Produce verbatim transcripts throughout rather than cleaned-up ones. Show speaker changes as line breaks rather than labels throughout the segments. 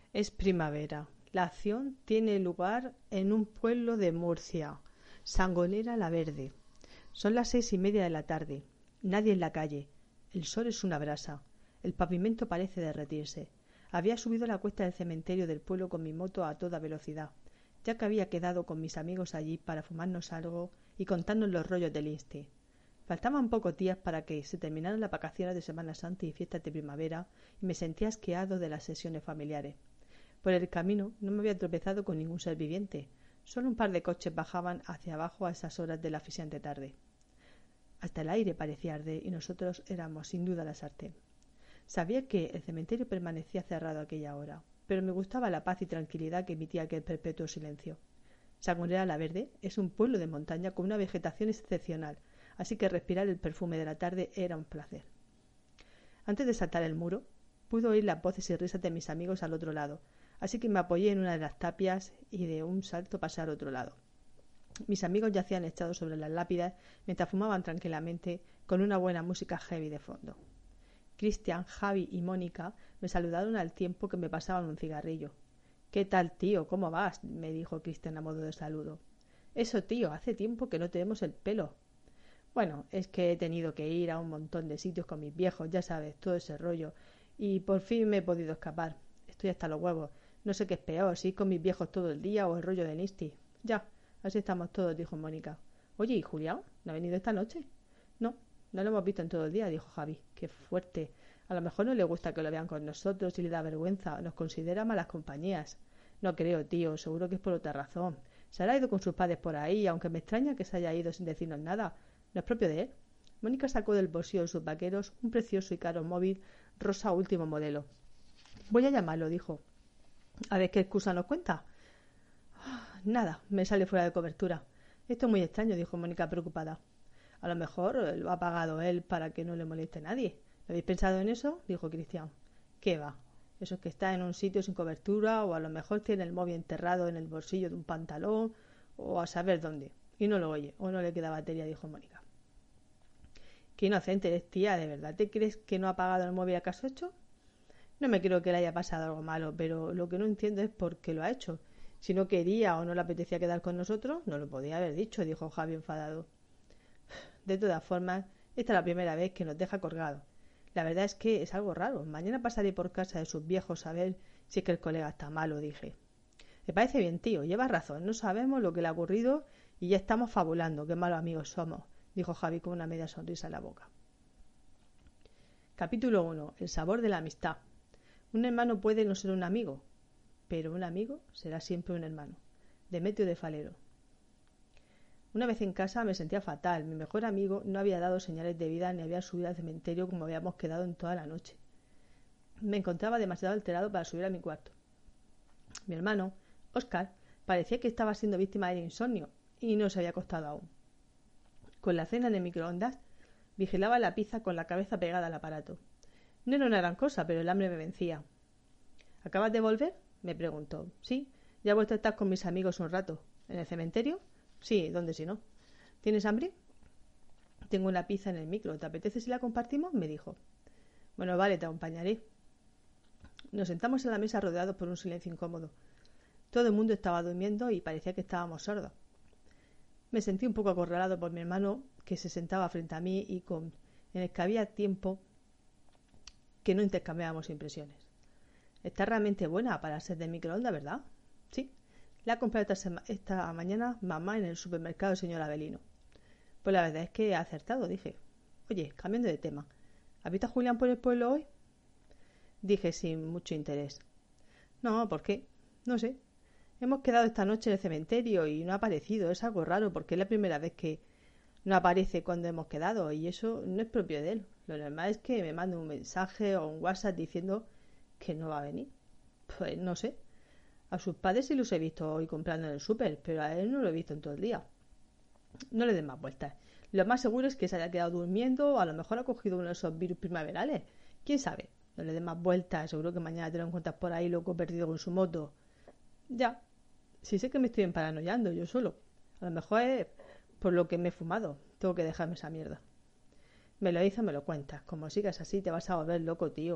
Es primavera. La acción tiene lugar en un pueblo de Murcia, Sangonera la Verde. Son las seis y media de la tarde. Nadie en la calle. El sol es una brasa. El pavimento parece derretirse. Había subido la cuesta del cementerio del pueblo con mi moto a toda velocidad, ya que había quedado con mis amigos allí para fumarnos algo y contarnos los rollos del Insti. Faltaban pocos días para que se terminaran las vacaciones de Semana Santa y fiestas de primavera y me sentía asqueado de las sesiones familiares. Por el camino no me había tropezado con ningún ser viviente. Solo un par de coches bajaban hacia abajo a esas horas de la asfixiante tarde. Hasta el aire parecía arder y nosotros éramos sin duda la sartén. Sabía que el cementerio permanecía cerrado a aquella hora, pero me gustaba la paz y tranquilidad que emitía aquel perpetuo silencio. Sangonera la Verde es un pueblo de montaña con una vegetación excepcional, así que respirar el perfume de la tarde era un placer. Antes de saltar el muro, pude oír las voces y risas de mis amigos al otro lado, así que me apoyé en una de las tapias y de un salto pasé al otro lado. Mis amigos yacían echados sobre las lápidas mientras fumaban tranquilamente con una buena música heavy de fondo. Cristian, Javi y Mónica me saludaron al tiempo que me pasaban un cigarrillo. «¿Qué tal, tío? ¿Cómo vas?», me dijo Cristian a modo de saludo. «Eso, tío, hace tiempo que no te vemos el pelo». «Bueno, es que he tenido que ir a un montón de sitios con mis viejos, ya sabes, todo ese rollo, y por fin me he podido escapar. Estoy hasta los huevos. No sé qué es peor, si ir con mis viejos todo el día o el rollo de Nisti. Ya, así estamos todos», dijo Mónica. «Oye, ¿y Julián? ¿No ha venido esta noche?» «No, no lo hemos visto en todo el día», dijo Javi. «Qué fuerte. A lo mejor no le gusta que lo vean con nosotros y le da vergüenza. Nos considera malas compañías». «No creo, tío. Seguro que es por otra razón. Se habrá ido con sus padres por ahí, aunque me extraña que se haya ido sin decirnos nada. ¿No es propio de él?» Mónica sacó del bolsillo de sus vaqueros un precioso y caro móvil rosa último modelo. «Voy a llamarlo», dijo. «A ver qué excusa nos cuenta». «Nada, me sale fuera de cobertura». «Esto es muy extraño», dijo Mónica preocupada. «A lo mejor lo ha pagado él para que no le moleste a nadie». «¿No habéis pensado en eso?», dijo Cristian. «¿Qué va? Eso es que está en un sitio sin cobertura, o a lo mejor tiene el móvil enterrado en el bolsillo de un pantalón, o a saber dónde. Y no lo oye, o no le queda batería», dijo Mónica. «Qué inocente eres, tía. ¿De verdad te crees que no ha pagado el móvil acaso hecho?» «No me creo que le haya pasado algo malo, pero lo que no entiendo es por qué lo ha hecho. Si no quería o no le apetecía quedar con nosotros, no lo podía haber dicho», dijo Javi enfadado. «De todas formas, esta es la primera vez que nos deja colgado. La verdad es que es algo raro. Mañana pasaré por casa de sus viejos a ver si es que el colega está malo», dije. «Me parece bien, tío. Llevas razón. No sabemos lo que le ha ocurrido y ya estamos fabulando. Qué malos amigos somos», dijo Javi con una media sonrisa en la boca. Capítulo uno. El sabor de la amistad. Un hermano puede no ser un amigo, pero un amigo será siempre un hermano. Demetrio de Falero. Una vez en casa me sentía fatal. Mi mejor amigo no había dado señales de vida ni había subido al cementerio como habíamos quedado en toda la noche. Me encontraba demasiado alterado para subir a mi cuarto. Mi hermano, Óscar, parecía que estaba siendo víctima del insomnio y no se había acostado aún. Con la cena en el microondas, vigilaba la pizza con la cabeza pegada al aparato. No era una gran cosa, pero el hambre me vencía. «¿Acabas de volver?», me preguntó. «Sí, ya he vuelto a estar con mis amigos un rato». «¿En el cementerio?» «Sí, ¿dónde si no?» «¿Tienes hambre?» «Tengo una pizza en el micro. ¿Te apetece si la compartimos?», me dijo. «Bueno, vale, te acompañaré». Nos sentamos en la mesa rodeados por un silencio incómodo. Todo el mundo estaba durmiendo y parecía que estábamos sordos. Me sentí un poco acorralado por mi hermano, que se sentaba frente a mí y con en el que había tiempo que no intercambiábamos impresiones. «Está realmente buena para ser de microondas, ¿verdad?» «Sí. La ha comprado esta, esta mañana mamá en el supermercado del señor Avelino». «Pues la verdad es que ha acertado», dije. «Oye, cambiando de tema, ¿has visto a Julián por el pueblo hoy?», dije sin mucho interés. «No, ¿por qué?». «No sé. Hemos quedado esta noche en el cementerio y no ha aparecido. Es algo raro porque es la primera vez que no aparece cuando hemos quedado y eso no es propio de él. Lo normal es que me mande un mensaje o un WhatsApp diciendo que no va a venir». «Pues no sé. A sus padres sí los he visto hoy comprando en el súper, pero a él no lo he visto en todo el día». «No le den más vueltas. Lo más seguro es que se haya quedado durmiendo o a lo mejor ha cogido uno de esos virus primaverales. ¿Quién sabe? No le den más vueltas. Seguro que mañana te lo encuentras por ahí loco perdido con su moto». «Ya. Sí sé que me estoy emparanoiando yo solo. A lo mejor es por lo que me he fumado. Tengo que dejarme esa mierda». «Me lo hizo, me lo cuentas. Como sigas así te vas a volver loco, tío.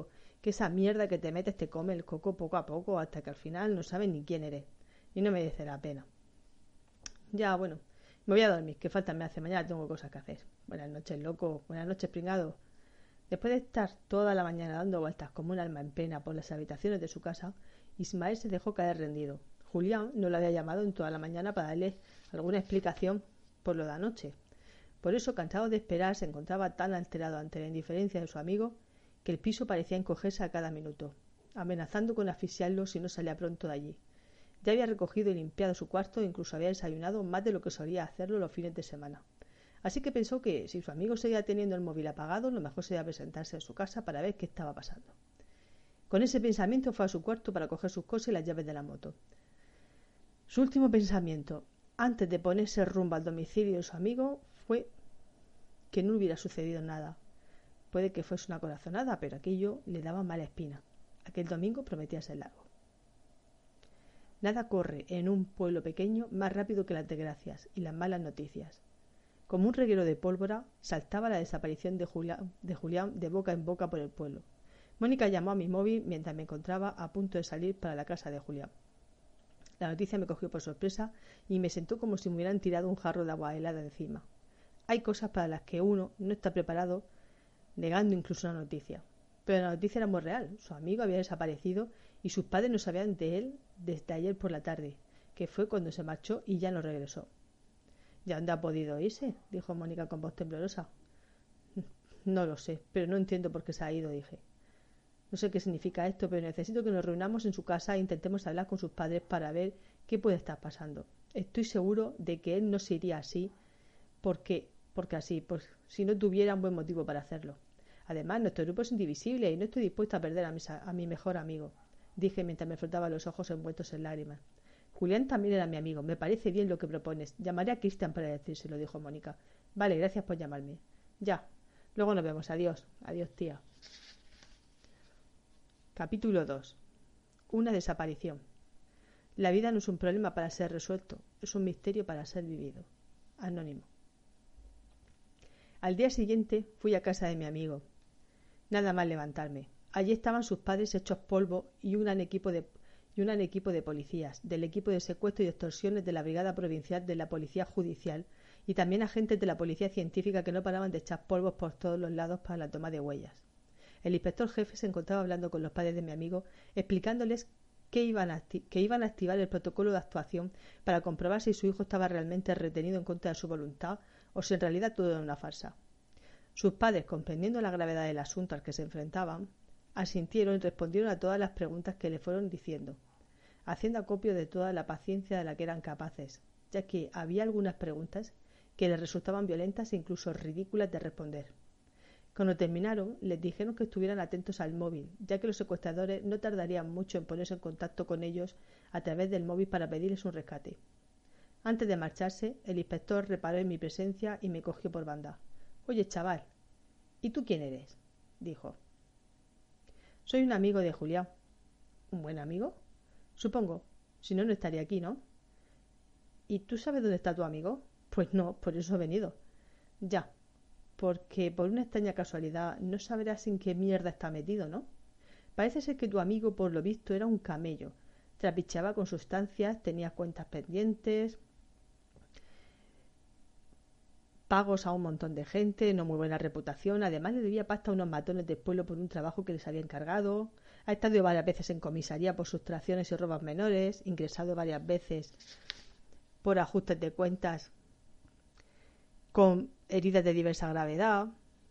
que esa mierda que te metes te come el coco poco a poco hasta que al final no sabes ni quién eres. Y no merece la pena. Ya, bueno, me voy a dormir, que falta me hace. Mañana tengo cosas que hacer. Buenas noches, loco. Buenas noches, pringado. Después de estar toda la mañana dando vueltas como un alma en pena por las habitaciones de su casa, Ismael se dejó caer rendido. Julián no lo había llamado en toda la mañana para darle alguna explicación por lo de anoche. Por eso, cansado de esperar, se encontraba tan alterado ante la indiferencia de su amigo que el piso parecía encogerse a cada minuto, amenazando con asfixiarlo si no salía pronto de allí. Ya había recogido y limpiado su cuarto e incluso había desayunado más de lo que solía hacerlo los fines de semana. Así que pensó que, si su amigo seguía teniendo el móvil apagado, lo mejor sería presentarse en su casa para ver qué estaba pasando. Con ese pensamiento fue a su cuarto para coger sus cosas y las llaves de la moto. Su último pensamiento, antes de ponerse rumbo al domicilio de su amigo, fue que no hubiera sucedido nada. Puede que fuese una corazonada, pero aquello le daba mala espina. Aquel domingo prometía ser largo. Nada corre en un pueblo pequeño más rápido que las desgracias y las malas noticias. Como un reguero de pólvora, saltaba la desaparición de Julián, de Julián de boca en boca por el pueblo. Mónica llamó a mi móvil mientras me encontraba a punto de salir para la casa de Julián. La noticia me cogió por sorpresa y me sentó como si me hubieran tirado un jarro de agua helada encima. Hay cosas para las que uno no está preparado, negando incluso una noticia. Pero la noticia era muy real. Su amigo había desaparecido y sus padres no sabían de él desde ayer por la tarde, que fue cuando se marchó y ya no regresó. ¿Ya dónde ha podido irse?, dijo Mónica con voz temblorosa. No lo sé, pero no entiendo por qué se ha ido, dije. No sé qué significa esto, pero necesito que nos reunamos en su casa e intentemos hablar con sus padres para ver qué puede estar pasando. Estoy seguro de que él no se iría así porque, porque así, pues si no tuviera un buen motivo para hacerlo. Además, nuestro grupo es indivisible y no estoy dispuesta a perder a mi, a mi mejor amigo, dije mientras me frotaba los ojos envueltos en lágrimas. Julián también era mi amigo. Me parece bien lo que propones. Llamaré a Cristian para decírselo, dijo Mónica. Vale, gracias por llamarme. Ya. Luego nos vemos. Adiós. Adiós, tía. Capítulo dos. Una desaparición. La vida no es un problema para ser resuelto. Es un misterio para ser vivido. Anónimo. Al día siguiente fui a casa de mi amigo. Nada más levantarme. Allí estaban sus padres hechos polvo y un gran equipo de y un equipo de policías, del equipo de secuestro y extorsiones de la Brigada Provincial de la Policía Judicial y también agentes de la Policía Científica que no paraban de echar polvos por todos los lados para la toma de huellas. El inspector jefe se encontraba hablando con los padres de mi amigo, explicándoles que iban a, que iban a activar el protocolo de actuación para comprobar si su hijo estaba realmente retenido en contra de su voluntad o si en realidad todo era una farsa. Sus padres, comprendiendo la gravedad del asunto al que se enfrentaban, asintieron y respondieron a todas las preguntas que le fueron diciendo, haciendo acopio de toda la paciencia de la que eran capaces, ya que había algunas preguntas que les resultaban violentas e incluso ridículas de responder. Cuando terminaron, les dijeron que estuvieran atentos al móvil, ya que los secuestradores no tardarían mucho en ponerse en contacto con ellos a través del móvil para pedirles un rescate. Antes de marcharse, el inspector reparó en mi presencia y me cogió por banda. «Oye, chaval, ¿y tú quién eres?», dijo. «Soy un amigo de Julián». «¿Un buen amigo?», «Supongo. Si no, no estaría aquí, ¿no?». «¿Y tú sabes dónde está tu amigo?». «Pues no, por eso he venido». «Ya, porque por una extraña casualidad no sabrás en qué mierda está metido, ¿no? Parece ser que tu amigo, por lo visto, era un camello. Trapicheaba con sustancias, tenía cuentas pendientes, pagos a un montón de gente, no muy buena reputación, además le debía pasta a unos matones del pueblo por un trabajo que les había encargado, ha estado varias veces en comisaría por sustracciones y robos menores, ingresado varias veces por ajustes de cuentas con heridas de diversa gravedad,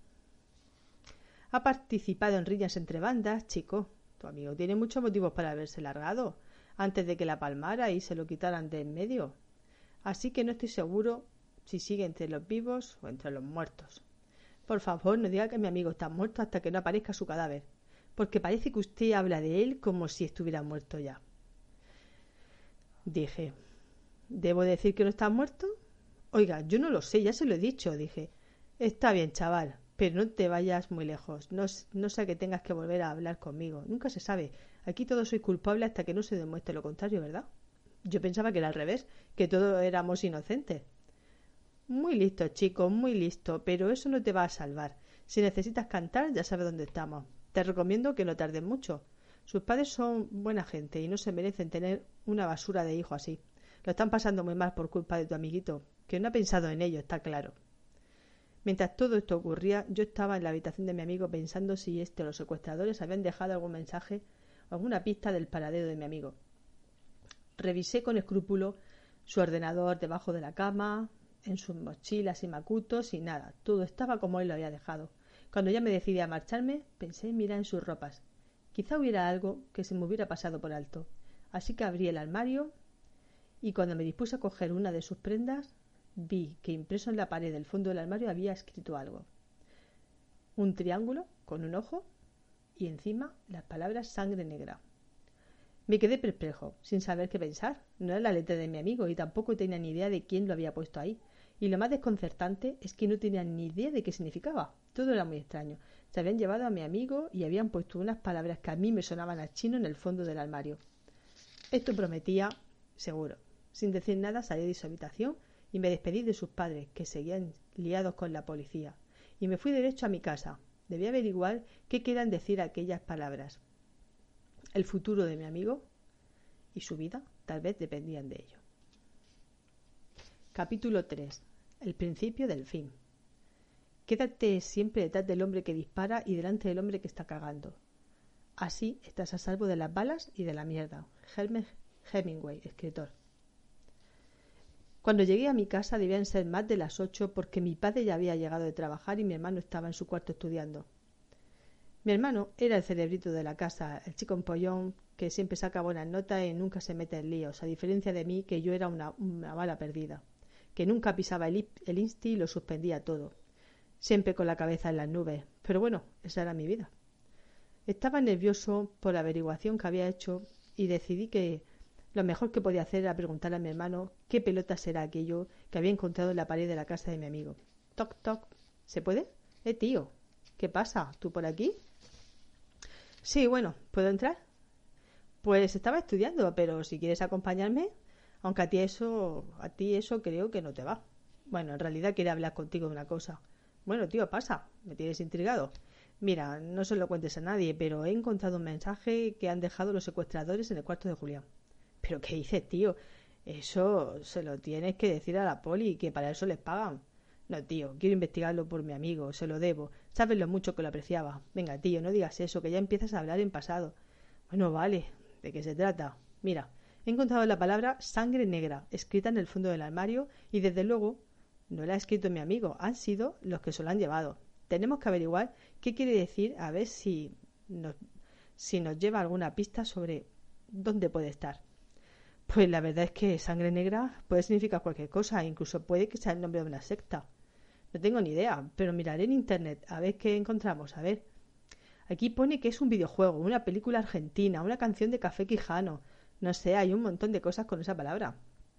ha participado en riñas entre bandas. Chico, tu amigo tiene muchos motivos para haberse largado antes de que la palmara y se lo quitaran de en medio, así que no estoy seguro si sigue entre los vivos o entre los muertos. Por favor, no diga que mi amigo está muerto hasta que no aparezca su cadáver, porque parece que usted habla de él como si estuviera muerto ya. Dije, ¿debo decir que no está muerto? Oiga, yo no lo sé, ya se lo he dicho, dije. Está bien, chaval, pero no te vayas muy lejos, no, no sea que tengas que volver a hablar conmigo, nunca se sabe, aquí todos sois culpables hasta que no se demuestre lo contrario, ¿verdad? Yo pensaba que era al revés, que todos éramos inocentes. Muy listo, chico, muy listo, pero eso no te va a salvar. Si necesitas cantar, ya sabes dónde estamos. Te recomiendo que no tardes mucho. Sus padres son buena gente y no se merecen tener una basura de hijo así. Lo están pasando muy mal por culpa de tu amiguito, que no ha pensado en ello, está claro. Mientras todo esto ocurría, yo estaba en la habitación de mi amigo pensando si éste o los secuestradores habían dejado algún mensaje o alguna pista del paradero de mi amigo. Revisé con escrúpulo su ordenador debajo de la cama, en sus mochilas y macutos y nada, todo estaba como él lo había dejado. Cuando ya me decidí a marcharme, pensé en mirar en sus ropas. Quizá hubiera algo que se me hubiera pasado por alto. Así que abrí el armario y cuando me dispuse a coger una de sus prendas, vi que impreso en la pared del fondo del armario había escrito algo. Un triángulo con un ojo y encima las palabras sangre negra. Me quedé perplejo, sin saber qué pensar. No era la letra de mi amigo y tampoco tenía ni idea de quién lo había puesto ahí. Y lo más desconcertante es que no tenía ni idea de qué significaba. Todo era muy extraño. Se habían llevado a mi amigo y habían puesto unas palabras que a mí me sonaban a chino en el fondo del armario. Esto prometía seguro. Sin decir nada salí de su habitación y me despedí de sus padres, que seguían liados con la policía. Y me fui derecho a mi casa. Debí averiguar qué querían decir aquellas palabras. El futuro de mi amigo y su vida tal vez dependían de ello. Capítulo tres. El principio del fin. Quédate siempre detrás del hombre que dispara y delante del hombre que está cagando. Así estás a salvo de las balas y de la mierda. Ernest Hemingway, escritor. Cuando llegué a mi casa debían ser más de las ocho porque mi padre ya había llegado de trabajar y mi hermano estaba en su cuarto estudiando. Mi hermano era el cerebrito de la casa, el chico empollón que siempre saca buenas notas y nunca se mete en líos, a diferencia de mí, que yo era una, una bala perdida, que nunca pisaba el, el insti y lo suspendía todo, siempre con la cabeza en las nubes, pero bueno, esa era mi vida. Estaba nervioso por la averiguación que había hecho y decidí que lo mejor que podía hacer era preguntarle a mi hermano qué pelota será aquello que había encontrado en la pared de la casa de mi amigo. Toc, toc. ¿Se puede? Eh, tío. ¿Qué pasa? ¿Tú por aquí? Sí, bueno, ¿puedo entrar? Pues estaba estudiando, pero si quieres acompañarme, aunque a ti eso, a ti eso creo que no te va. Bueno, en realidad quería hablar contigo de una cosa. Bueno, tío, pasa. Me tienes intrigado. Mira, no se lo cuentes a nadie, pero he encontrado un mensaje que han dejado los secuestradores en el cuarto de Julián. ¿Pero qué dices, tío? Eso se lo tienes que decir a la poli, que para eso les pagan. No, tío, quiero investigarlo por mi amigo, se lo debo. Sabes lo mucho que lo apreciaba. Venga, tío, no digas eso, que ya empiezas a hablar en pasado. Bueno, vale, ¿de qué se trata? Mira, he encontrado la palabra sangre negra, escrita en el fondo del armario, y desde luego no la ha escrito mi amigo, han sido los que se lo han llevado. Tenemos que averiguar qué quiere decir, a ver si nos, si nos lleva alguna pista sobre dónde puede estar. Pues la verdad es que sangre negra puede significar cualquier cosa, incluso puede que sea el nombre de una secta. No tengo ni idea, pero miraré en internet a ver qué encontramos, a ver. Aquí pone que es un videojuego, una película argentina, una canción de Café Quijano. No sé, hay un montón de cosas con esa palabra.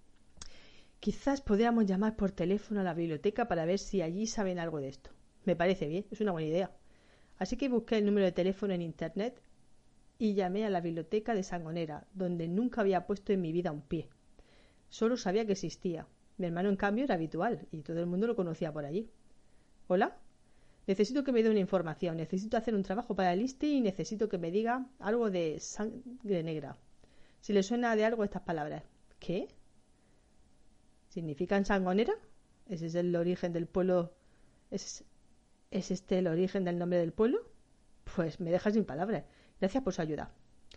Quizás podríamos llamar por teléfono a la biblioteca para ver si allí saben algo de esto. Me parece bien, es una buena idea. Así que busqué el número de teléfono en internet y llamé a la biblioteca de Sangonera, donde nunca había puesto en mi vida un pie. Solo sabía que existía. Mi hermano, en cambio, era habitual y todo el mundo lo conocía por allí. ¿Hola? Necesito que me dé una información. Necesito hacer un trabajo para el I S T I y necesito que me diga algo de sangre negra. Si le suena de algo estas palabras. ¿Qué? ¿Significan Sangonera? ¿Ese es el origen del pueblo? ¿Es, ¿Es este el origen del nombre del pueblo? Pues me deja sin palabras. Gracias por su ayuda.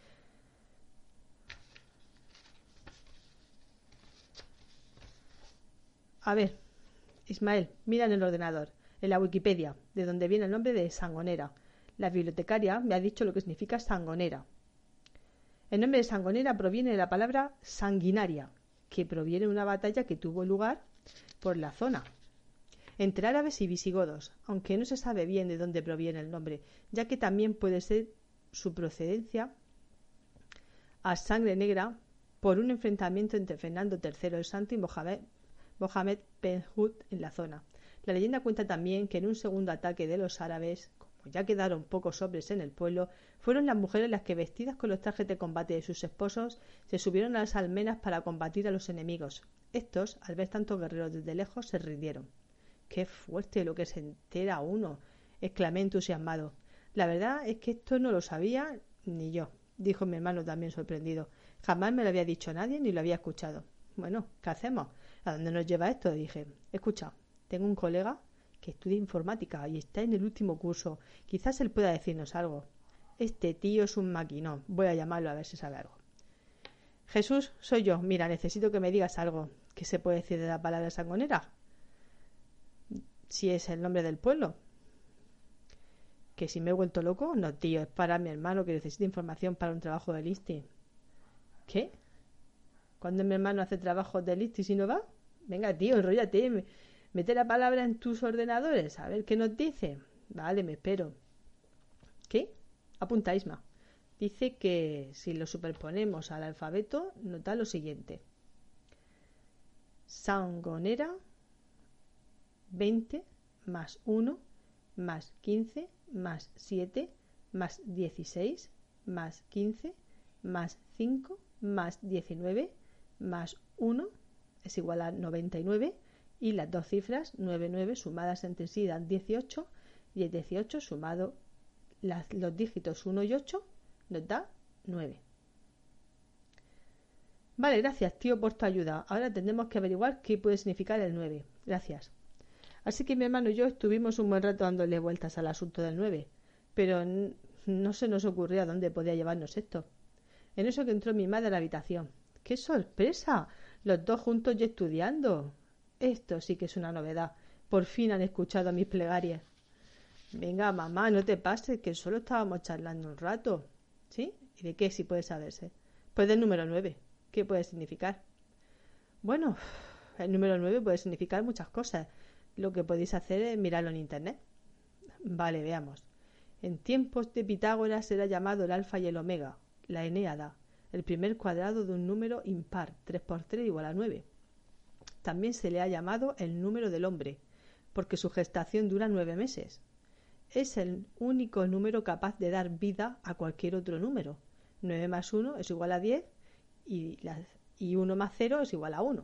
A ver, Ismael, mira en el ordenador, en la Wikipedia, de donde viene el nombre de Sangonera. La bibliotecaria me ha dicho lo que significa Sangonera. El nombre de Sangonera proviene de la palabra sanguinaria, que proviene de una batalla que tuvo lugar por la zona entre árabes y visigodos, aunque no se sabe bien de dónde proviene el nombre, ya que también puede ser su procedencia a sangre negra por un enfrentamiento entre Fernando tercero el Santo y Mohamed, Mohamed Ben Hud en la zona. La leyenda cuenta también que en un segundo ataque de los árabes, como ya quedaron pocos hombres en el pueblo, fueron las mujeres las que, vestidas con los trajes de combate de sus esposos, se subieron a las almenas para combatir a los enemigos. Estos, al ver tantos guerreros desde lejos, se rindieron. ¡Qué fuerte lo que se entera uno!, exclamé entusiasmado. La verdad es que esto no lo sabía ni yo, dijo mi hermano también sorprendido. Jamás me lo había dicho nadie ni lo había escuchado. Bueno, ¿qué hacemos? ¿A dónde nos lleva esto? Dije. Escucha, tengo un colega que estudia informática y está en el último curso. Quizás él pueda decirnos algo. Este tío es un maquinón. Voy a llamarlo a ver si sabe algo. Jesús, soy yo. Mira, necesito que me digas algo. ¿Qué se puede decir de la palabra sangonera? Si es el nombre del pueblo. ¿Que si me he vuelto loco? No, tío, es para mi hermano que necesita información para un trabajo de listing. ¿Qué? ¿Cuándo mi hermano hace trabajo de listing si no va? Venga, tío, enróllate. Mete la palabra en tus ordenadores. A ver qué nos dice. Vale, me espero. ¿Qué? Apunta, Isma. Dice que si lo superponemos al alfabeto nos da lo siguiente. Sangonera, veinte más uno más quince más siete más dieciséis más quince más cinco más diecinueve más uno es igual a noventa y nueve y las dos cifras nueve y nueve sumadas entre sí dan dieciocho y el dieciocho sumado las, los dígitos uno y ocho nos da nueve. Vale, gracias tío por tu ayuda. Ahora tendremos que averiguar qué puede significar el nueve. Gracias. Así que mi hermano y yo estuvimos un buen rato dándole vueltas al asunto del nueve, pero no se nos ocurrió a dónde podía llevarnos esto. En eso que entró mi madre a la habitación. ¡Qué sorpresa! Los dos juntos y estudiando. Esto sí que es una novedad. Por fin han escuchado mis plegarias. Venga, mamá, no te pases, que solo estábamos charlando un rato. ¿Sí? ¿Y de qué si puede saberse? Pues del número nueve. ¿Qué puede significar? Bueno, el número nueve puede significar muchas cosas. Lo que podéis hacer es mirarlo en internet. Vale, veamos. En tiempos de Pitágoras era llamado el alfa y el omega, la enéada, el primer cuadrado de un número impar, tres por tres igual a nueve. También se le ha llamado el número del hombre, porque su gestación dura nueve meses. Es el único número capaz de dar vida a cualquier otro número. nueve más uno es igual a diez y, la, y uno más cero es igual a uno.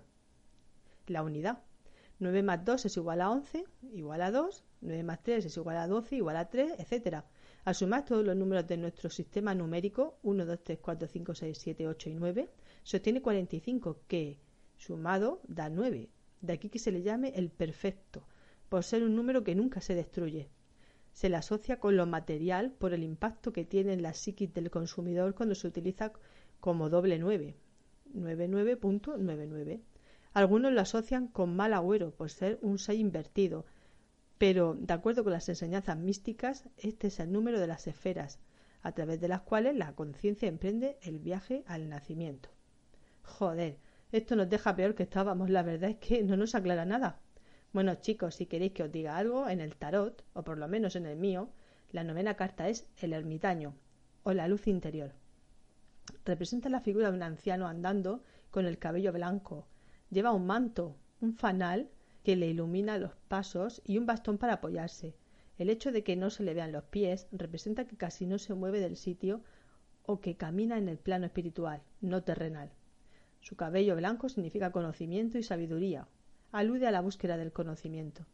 La unidad. nueve más dos es igual a once, igual a dos, nueve más tres es igual a doce, igual a tres, etcétera. Al sumar todos los números de nuestro sistema numérico, uno, dos, tres, cuatro, cinco, seis, siete, ocho y nueve, se obtiene cuarenta y cinco, que sumado da nueve. De aquí que se le llame el perfecto, por ser un número que nunca se destruye. Se le asocia con lo material por el impacto que tiene en la psiquis del consumidor cuando se utiliza como doble nueve, noventa y nueve punto noventa y nueve. Algunos lo asocian con mal agüero por ser un seis invertido, pero de acuerdo con las enseñanzas místicas, este es el número de las esferas, a través de las cuales la conciencia emprende el viaje al nacimiento. Joder, esto nos deja peor que estábamos, la verdad es que no nos aclara nada. Bueno, chicos, si queréis que os diga algo, en el tarot, o por lo menos en el mío, la novena carta es el ermitaño, o la luz interior. Representa la figura de un anciano andando con el cabello blanco. Lleva un manto, un fanal que le ilumina los pasos y un bastón para apoyarse. El hecho de que no se le vean los pies representa que casi no se mueve del sitio o que camina en el plano espiritual, no terrenal. Su cabello blanco significa conocimiento y sabiduría. Alude a la búsqueda del conocimiento.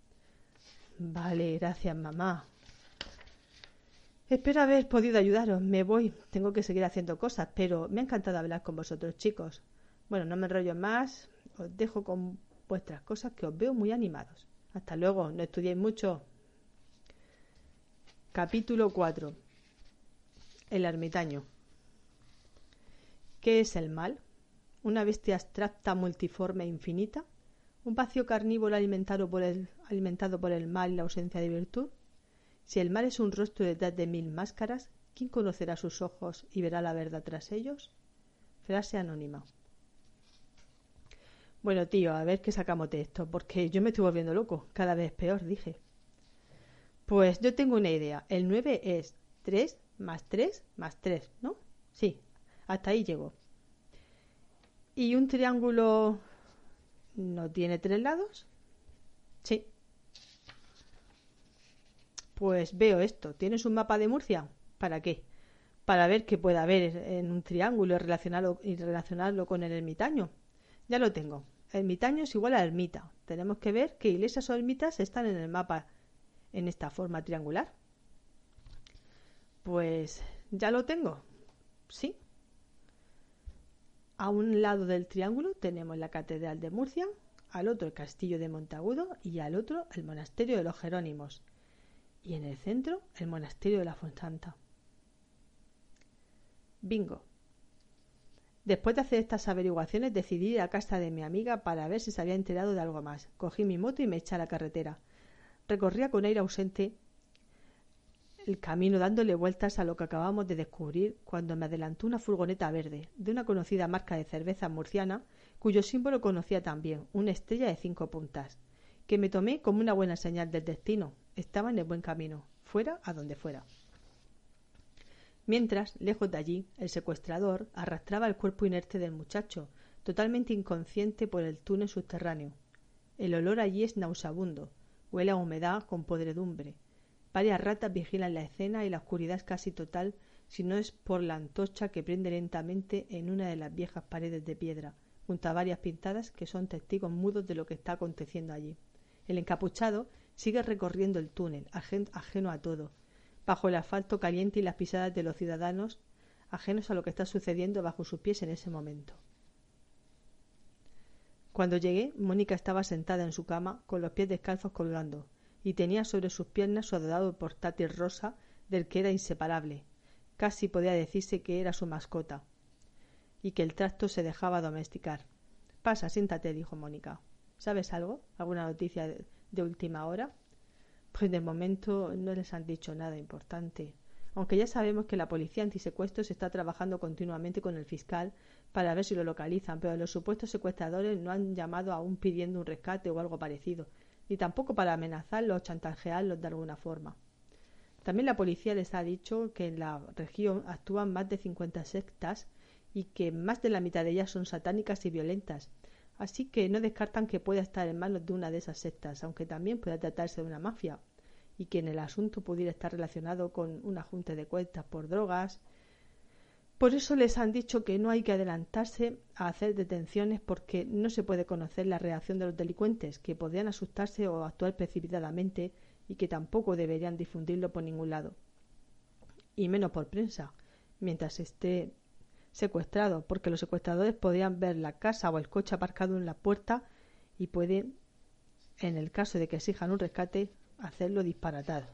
Vale, gracias, mamá. Espero haber podido ayudaros. Me voy. Tengo que seguir haciendo cosas, pero me ha encantado hablar con vosotros, chicos. Bueno, no me enrollo más. Os dejo con vuestras cosas, que os veo muy animados. Hasta luego. No estudiéis mucho. Capítulo cuatro. El ermitaño. ¿Qué es el mal? ¿Una bestia abstracta, multiforme e infinita? ¿Un vacío carnívoro alimentado por el, alimentado por el mal y la ausencia de virtud? Si el mal es un rostro detrás de mil máscaras, ¿quién conocerá sus ojos y verá la verdad tras ellos? Frase anónima. Bueno, tío, a ver qué sacamos de esto, porque yo me estoy volviendo loco. Cada vez peor, dije. Pues yo tengo una idea. El nueve es tres más tres más tres, ¿no? Sí, hasta ahí llego. ¿Y un triángulo no tiene tres lados? Sí. Pues veo esto. ¿Tienes un mapa de Murcia? ¿Para qué? Para ver qué puede haber en un triángulo y relacionarlo, y relacionarlo con el ermitaño. Ya lo tengo. Ermitaño es igual a ermita. Tenemos que ver qué iglesias o ermitas están en el mapa en esta forma triangular. Pues ya lo tengo, sí. A un lado del triángulo tenemos la Catedral de Murcia, al otro el Castillo de Monteagudo y al otro el Monasterio de los Jerónimos. Y en el centro el Monasterio de la Fuensanta. Bingo. Después de hacer estas averiguaciones decidí ir a casa de mi amiga para ver si se había enterado de algo más. Cogí mi moto y me eché a la carretera. Recorría con aire ausente el camino dándole vueltas a lo que acabamos de descubrir cuando me adelantó una furgoneta verde de una conocida marca de cerveza murciana cuyo símbolo conocía también, una estrella de cinco puntas, que me tomé como una buena señal del destino. Estaba en el buen camino, fuera a donde fuera. Mientras, lejos de allí, el secuestrador arrastraba el cuerpo inerte del muchacho, totalmente inconsciente por el túnel subterráneo. El olor allí es nauseabundo, huele a humedad con podredumbre. Varias ratas vigilan la escena y la oscuridad es casi total si no es por la antorcha que prende lentamente en una de las viejas paredes de piedra, junto a varias pintadas que son testigos mudos de lo que está aconteciendo allí. El encapuchado sigue recorriendo el túnel, ajeno a todo, bajo el asfalto caliente y las pisadas de los ciudadanos, ajenos a lo que está sucediendo bajo sus pies en ese momento. Cuando llegué, Mónica estaba sentada en su cama, con los pies descalzos colgando, y tenía sobre sus piernas su adorado portátil rosa, del que era inseparable. Casi podía decirse que era su mascota, y que el tracto se dejaba domesticar. «Pasa, siéntate», dijo Mónica. «¿Sabes algo? ¿Alguna noticia de, de última hora?» Pues de momento no les han dicho nada importante, aunque ya sabemos que la policía antisecuestros está trabajando continuamente con el fiscal para ver si lo localizan, pero los supuestos secuestradores no han llamado aún pidiendo un rescate o algo parecido, ni tampoco para amenazarlos o chantajearlos de alguna forma. También la policía les ha dicho que en la región actúan más de cincuenta sectas y que más de la mitad de ellas son satánicas y violentas, así que no descartan que pueda estar en manos de una de esas sectas, aunque también pueda tratarse de una mafia, y que en el asunto pudiera estar relacionado con un ajuste de cuentas por drogas. Por eso les han dicho que no hay que adelantarse a hacer detenciones porque no se puede conocer la reacción de los delincuentes, que podrían asustarse o actuar precipitadamente y que tampoco deberían difundirlo por ningún lado, y menos por prensa, mientras esté secuestrado, porque los secuestradores podrían ver la casa o el coche aparcado en la puerta y pueden, en el caso de que exijan un rescate, hacerlo disparatado.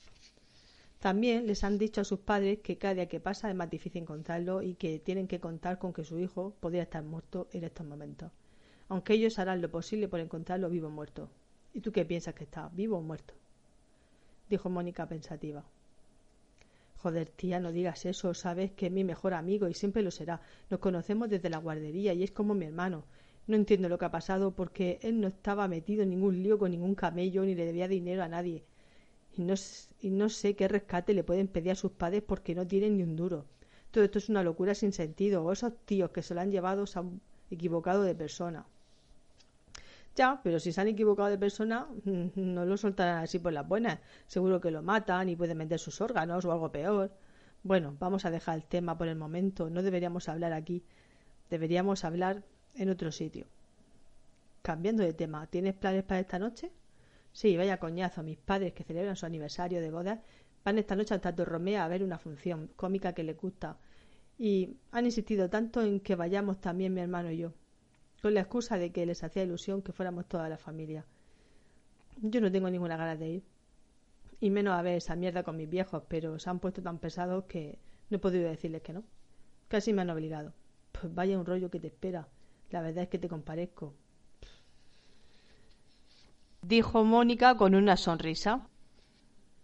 También les han dicho a sus padres que cada día que pasa es más difícil encontrarlo y que tienen que contar con que su hijo podría estar muerto en estos momentos, aunque ellos harán lo posible por encontrarlo vivo o muerto. ¿Y tú qué piensas que está, vivo o muerto?, dijo Mónica pensativa. Joder, tía, no digas eso, sabes que es mi mejor amigo y siempre lo será. Nos conocemos desde la guardería y es como mi hermano. No entiendo lo que ha pasado porque él no estaba metido en ningún lío con ningún camello ni le debía dinero a nadie. Y no, y no sé qué rescate le pueden pedir a sus padres porque no tienen ni un duro. Todo esto es una locura sin sentido. O esos tíos que se lo han llevado se han equivocado de persona. Ya, pero si se han equivocado de persona, no lo soltarán así por las buenas. Seguro que lo matan y pueden vender sus órganos o algo peor. Bueno, vamos a dejar el tema por el momento. No deberíamos hablar aquí. Deberíamos hablar en otro sitio. Cambiando de tema, ¿tienes planes para esta noche? Sí, vaya coñazo. Mis padres, que celebran su aniversario de boda, van esta noche al Teatro Romea a ver una función cómica que les gusta. Y han insistido tanto en que vayamos también mi hermano y yo, con la excusa de que les hacía ilusión que fuéramos toda la familia. Yo no tengo ninguna ganas de ir, y menos a ver esa mierda con mis viejos, pero se han puesto tan pesados que no he podido decirles que no. Casi me han obligado. Pues vaya un rollo que te espera. La verdad es que te comparezco, dijo Mónica con una sonrisa.